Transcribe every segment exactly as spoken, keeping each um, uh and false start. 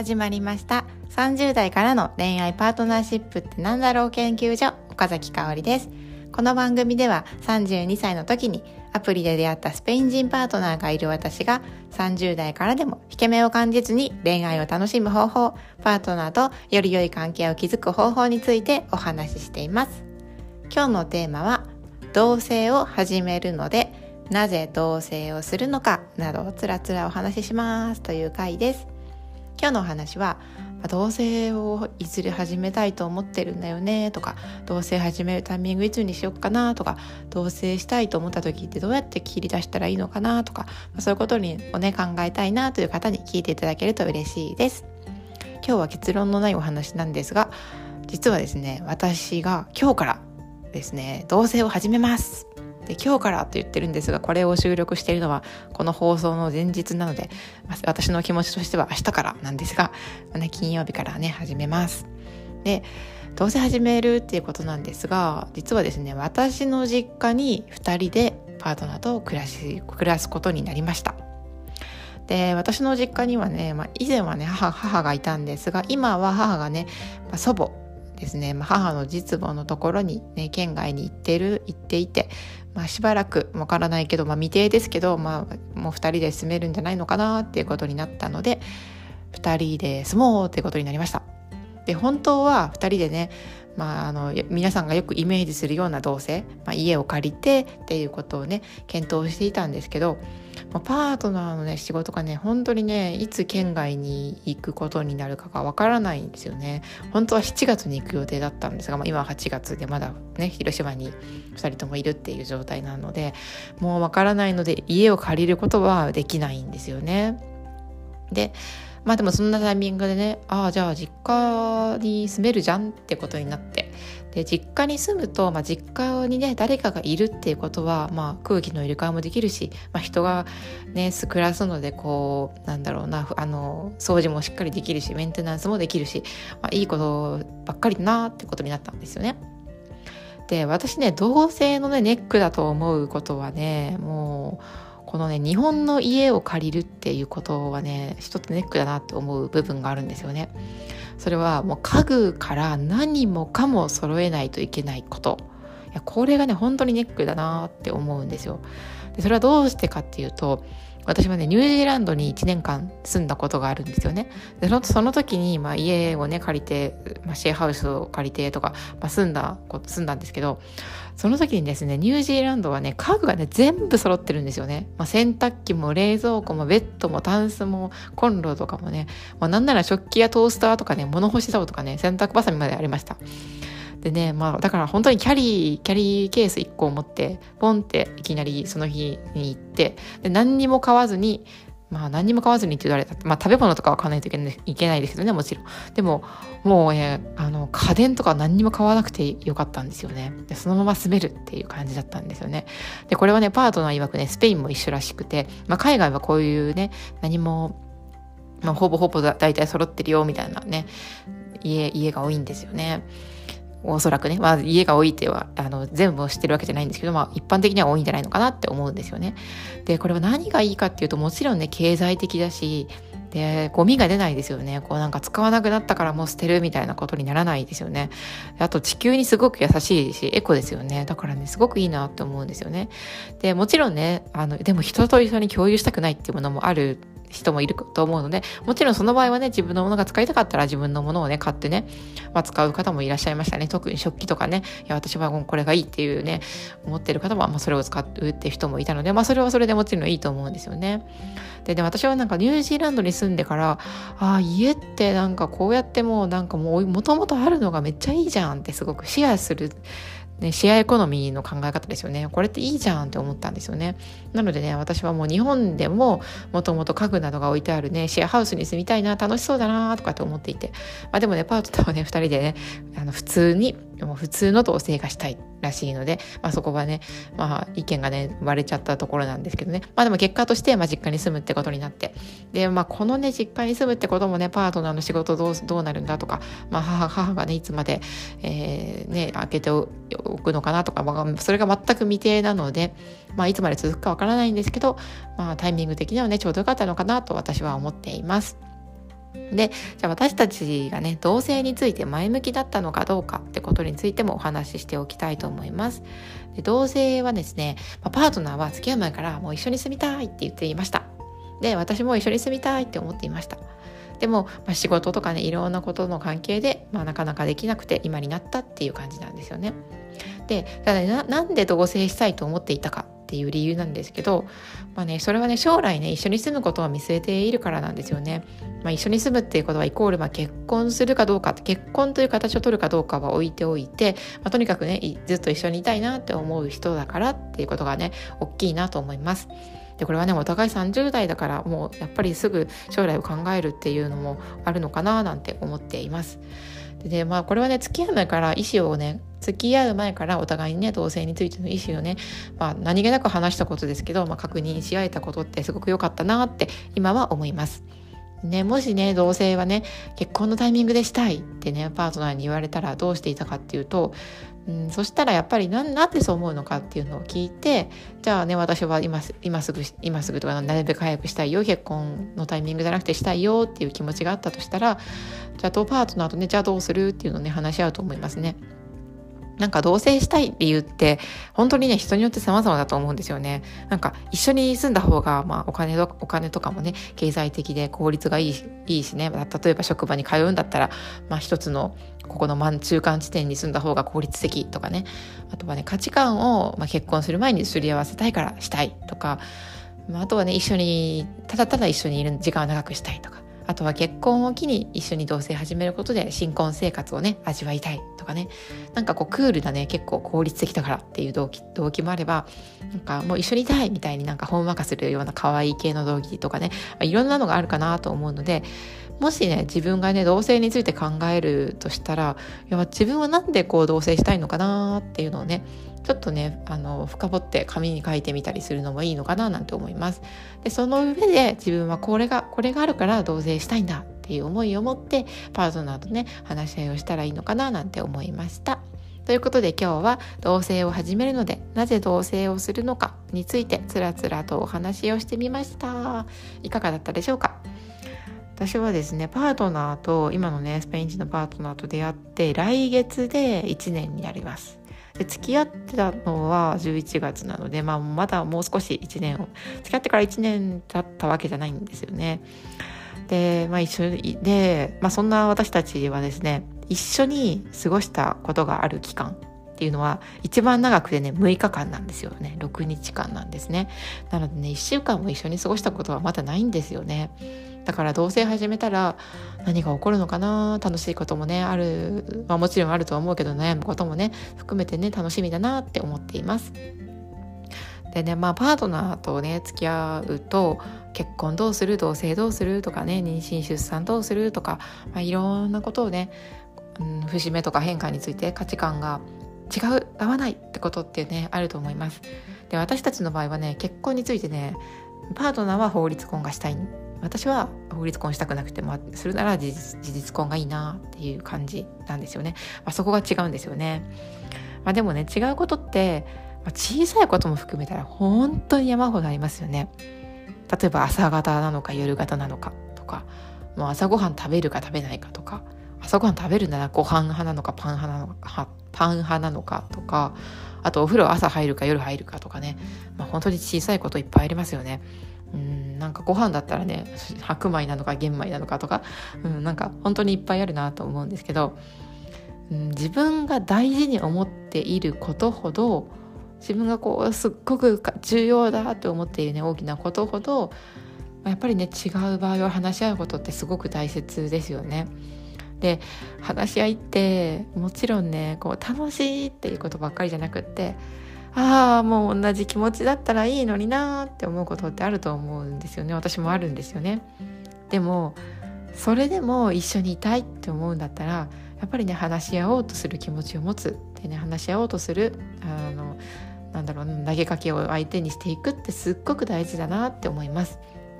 始まりましたさんじゅう代からの恋愛パートナーシップってなんだろう研究所、岡崎香織です。この番組ではさんじゅうにさいの時にアプリで出会ったスペイン人パートナーがいる私がさんじゅう代からでも引け目を感じずに恋愛を楽しむ方法、パートナーとより良い関係を築く方法についてお話ししています。今日のテーマは同棲を始めるのでなぜ同棲をするのかなどをつらつらお話ししますという回です。今日のお話は同棲をいずれ始めたいと思ってるんだよねとか、同棲始めるタイミングいつにしようかなとか、同棲したいと思った時ってどうやって切り出したらいいのかなとか、そういうことにをね考えたいなという方に聞いていただけると嬉しいです。今日は結論のないお話なんですが、実はですね、私が今日からですね同棲を始めますで今日からと言ってるんですが、これを収録しているのはこの放送の前日なので、私の気持ちとしては明日からなんですが、ね、金曜日からね始めます。で同棲始めるっていうことなんですが、実はですね、私の実家にふたりでパートナーと暮らし暮らすことになりました。で私の実家にはね、まあ、以前はね 母, 母がいたんですが、今は母がね、まあ、祖母ですね、まあ、母の実母のところに、ね、県外に行ってる行っていて、まあ、しばらくわからないけど、まあ、未定ですけど、まあ、もうふたりで住めるんじゃないのかなっていうことになったので、ふたりで住もうっていうことになりました。で本当はふたりでね、まあ、あの皆さんがよくイメージするような同棲、まあ、家を借りてっていうことをね検討していたんですけど、まあ、パートナーのね仕事がね本当にねいつ県外に行くことになるかがわからないんですよね。本当はしちがつに行く予定だったんですが、まあ、今ははちがつでまだね広島にふたりともいるっていう状態なので、もうわからないので家を借りることはできないんですよね。でまあでもそんなタイミングでね、ああじゃあ実家に住めるじゃんってことになって、で実家に住むと、まあ、実家にね誰かがいるっていうことは、まあ、空気の入れ替えもできるし、まあ、人がね暮らすので、こうなんだろうな、あの掃除もしっかりできるし、メンテナンスもできるし、まあ、いいことばっかりだなってことになったんですよね。で私ね同棲のねネックだと思うことはね、もうこのね日本の家を借りるっていうことはね一つネックだなって思う部分があるんですよね。それはもう家具から何もかも揃えないといけないこと、いやこれがね本当にネックだなって思うんですよ。でそれはどうしてかっていうと、私はねニュージーランドにいちねんかん住んだことがあるんですよね。でその、その時に、まあ、家をね借りて、まあ、シェアハウスを借りてとか、まあ、住んだ住んだんですけど、その時にですねニュージーランドはね家具がね全部揃ってるんですよね。まあ、洗濯機も冷蔵庫もベッドもタンスもコンロとかもね、まあ、なんなら食器やトースターとかね物干し竿とかね洗濯バサミまでありました。でね、まあだから本当にキャリーキャリーケースいっこを持ってポンっていきなりその日に行って、で何にも買わずに、まあ何にも買わずにって言われた、まあ食べ物とかは買わないといけない、いけないですけどね、もちろん。でももうね、あの家電とか何にも買わなくてよかったんですよね。でそのまま住めるっていう感じだったんですよね。でこれはねパートナー曰くねスペインも一緒らしくて、まあ海外はこういうね何も、まあ、ほぼほぼだ大体揃ってるよみたいなね家家が多いんですよね。おそらくね、まあ、家が多いってはあの全部を知ってるわけじゃないんですけど、まあ、一般的には多いんじゃないのかなって思うんですよね。でこれは何がいいかっていうと、もちろんね経済的だし、でゴミが出ないですよね。こうなんか使わなくなったからもう捨てるみたいなことにならないですよね。あと地球にすごく優しいしエコですよね。だからねすごくいいなって思うんですよね。でもちろんねあのでも人と一緒に共有したくないっていうものもある人もいると思うので、もちろんその場合はね自分のものが使いたかったら自分のものをね買ってね、まあ、使う方もいらっしゃいましたね。特に食器とかね、いや私はこれがいいっていうね思ってる方は、まあ、それを使うっていう人もいたので、まあ、それはそれでもちろんいいと思うんですよね。で、で私はなんかニュージーランドに住んでから、ああ家ってなんかこうやってもうなんかもう元々あるのがめっちゃいいじゃんってすごくシェアするね、シェアエコノミーの考え方ですよね。これっていいじゃんって思ったんですよね。なのでね、私はもう日本でももともと家具などが置いてあるねシェアハウスに住みたいな、楽しそうだなとかって思っていて、まあ、でもねパートナーはねふたりでねあの普通にもう普通の同棲がしたいらしいので、まあ、そこはね、まあ、意見がね割れちゃったところなんですけどね、まあ、でも結果として、まあ、実家に住むってことになって、で、まあ、このね実家に住むってこともねパートナーの仕事どうどうなるんだとか、まあ、母, 母がねいつまで、えー、ね開けておくのかなとか、まあ、それが全く未定なので、まあ、いつまで続くかわからないんですけど、まあ、タイミング的にはねちょうどよかったのかなと私は思っています。 で、じゃあ私たちがね、同性について前向きだったのかどうかってことについてもお話ししておきたいと思います。で、同性はですね、パートナーは付き合う前からもう一緒に住みたいって言っていました。で、私も一緒に住みたいって思っていました。でも、まあ、仕事とかね、いろんなことの関係で、まあ、なかなかできなくて今になったっていう感じなんですよね。で、ただな、なんで同棲したいと思っていたかっていう理由なんですけど、まあね、それはね、将来ね、一緒に住むことを見据えているからなんですよね。まあ、一緒に住むっていうことはイコール、まあ、結婚するかどうか、結婚という形を取るかどうかは置いておいて、まあ、とにかくね、ずっと一緒にいたいなって思う人だからっていうことがね、大きいなと思います。で、これはね、お互いさんじゅう代だからもうやっぱりすぐ将来を考えるっていうのもあるのかななんて思っています。で、でまあこれはね、付き合う前から意思をね付き合う前からお互いにね、同性についての意思をね、まあ、何気なく話したことですけど、まあ、確認し合えたことってすごく良かったなって今は思いますね。もしね、同性はね、結婚のタイミングでしたいってね、パートナーに言われたらどうしていたかっていうと、うん、そしたらやっぱりな、なんでそう思うのかっていうのを聞いて、じゃあね、私は今今すぐ今すぐとかなるべく早くしたいよ、結婚のタイミングじゃなくてしたいよっていう気持ちがあったとしたら、じゃあとパートナーとね、じゃあどうするっていうのをね、話し合うと思いますね。なんか同棲したい理由って本当にね、人によって様々だと思うんですよね。なんか一緒に住んだ方が、まあお金とお金とかもね、経済的で効率がいいし、いいしね、例えば職場に通うんだったら、まあ一つのここの真中間地点に住んだ方が効率的とかね、あとはね、価値観を、まあ、結婚する前にすり合わせたいからしたいとか、まあ、あとはね、一緒にただただ一緒にいる時間を長くしたいとか、あとは結婚を機に一緒に同棲始めることで新婚生活をね、味わいたいとかね、なんかこうクールなね、結構効率的だからっていう動機、動機もあれば、なんかもう一緒にいたいみたいになんかほんわかするような可愛い系の動機とかね、まあ、いろんなのがあるかなと思うので、もしね、自分がね、同棲について考えるとしたら、いや自分はなんでこう同棲したいのかなっていうのをね、ちょっとね、あの深掘って紙に書いてみたりするのもいいのかななんて思います。で、その上で自分はこれがこれがあるから同棲したいんだっていう思いを持ってパートナーとね、話し合いをしたらいいのかななんて思いました。ということで今日は同棲を始めるのでなぜ同棲をするのかについてつらつらとお話をしてみました。いかがだったでしょうか。私はですね、パートナーと今のね、スペイン人のパートナーと出会って来月でいちねんになります。で、付き合ってたのはじゅういちがつなので、まあ、まだもう少しいちねんを付き合ってからいちねん経ったわけじゃないんですよね。で、まあ、一緒で、まあ、そんな私たちはですね、一緒に過ごしたことがある期間っていうのは一番長くてね、むいかかんなんですよね。ろくにちかんなんですね。なのでね、いっしゅうかんも一緒に過ごしたことはまだないんですよね。だから同棲始めたら何が起こるのかな、楽しいこともねある、まあ、もちろんあるとは思うけど悩むこともね含めてね楽しみだなって思っています。でね、まあパートナーとね付き合うと結婚どうする、同棲どうするとかね、妊娠出産どうするとか、まあ、いろんなことをね、うん、節目とか変化について価値観が違う、合わないってことってねあると思います。で、私たちの場合はね、結婚についてね、パートナーは法律婚がしたい、私は法律婚したくなくても、するなら事実、事実婚がいいなっていう感じなんですよね。まあ、そこが違うんですよね。まあ、でもね、違うことって、まあ、小さいことも含めたら本当に山ほどありますよね。例えば朝方なのか夜型なのかとか、もう朝ごはん食べるか食べないかとか、朝ごはん食べるならご飯派なのかパン派なのかパン派なのかとか、あとお風呂朝入るか夜入るかとかね、まあ、本当に小さいこといっぱいありますよね。うん、なんかご飯だったらね、白米なのか玄米なのかとか、うん、なんか本当にいっぱいあるなと思うんですけど、うん、自分が大事に思っていることほど、自分がこうすっごく重要だと思っているね大きなことほど、やっぱりね違う場合を話し合うことってすごく大切ですよね。で、話し合いってもちろんね、こう楽しいっていうことばっかりじゃなくって、ああもう同じ気持ちだったらいいのになって思うことってあると思うんですよね。私もあるんですよね。でもそれでも一緒にいたいって思うんだったら、やっぱりね話し合おうとする気持ちを持つでね、話し合おうとするあのなんだろう投げかけを相手にしていくってすっごく大事だなって思います。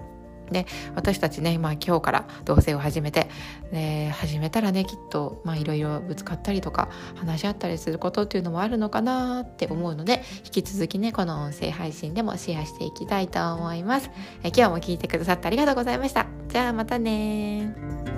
で私たちね、まあ、今日から同棲を始めて、ね、始めたらねきっとまあいろいろぶつかったりとか話し合ったりすることっていうのもあるのかなって思うので、引き続きねこの音声配信でもシェアしていきたいと思います。え今日も聞いてくださってありがとうございました。じゃあまたね。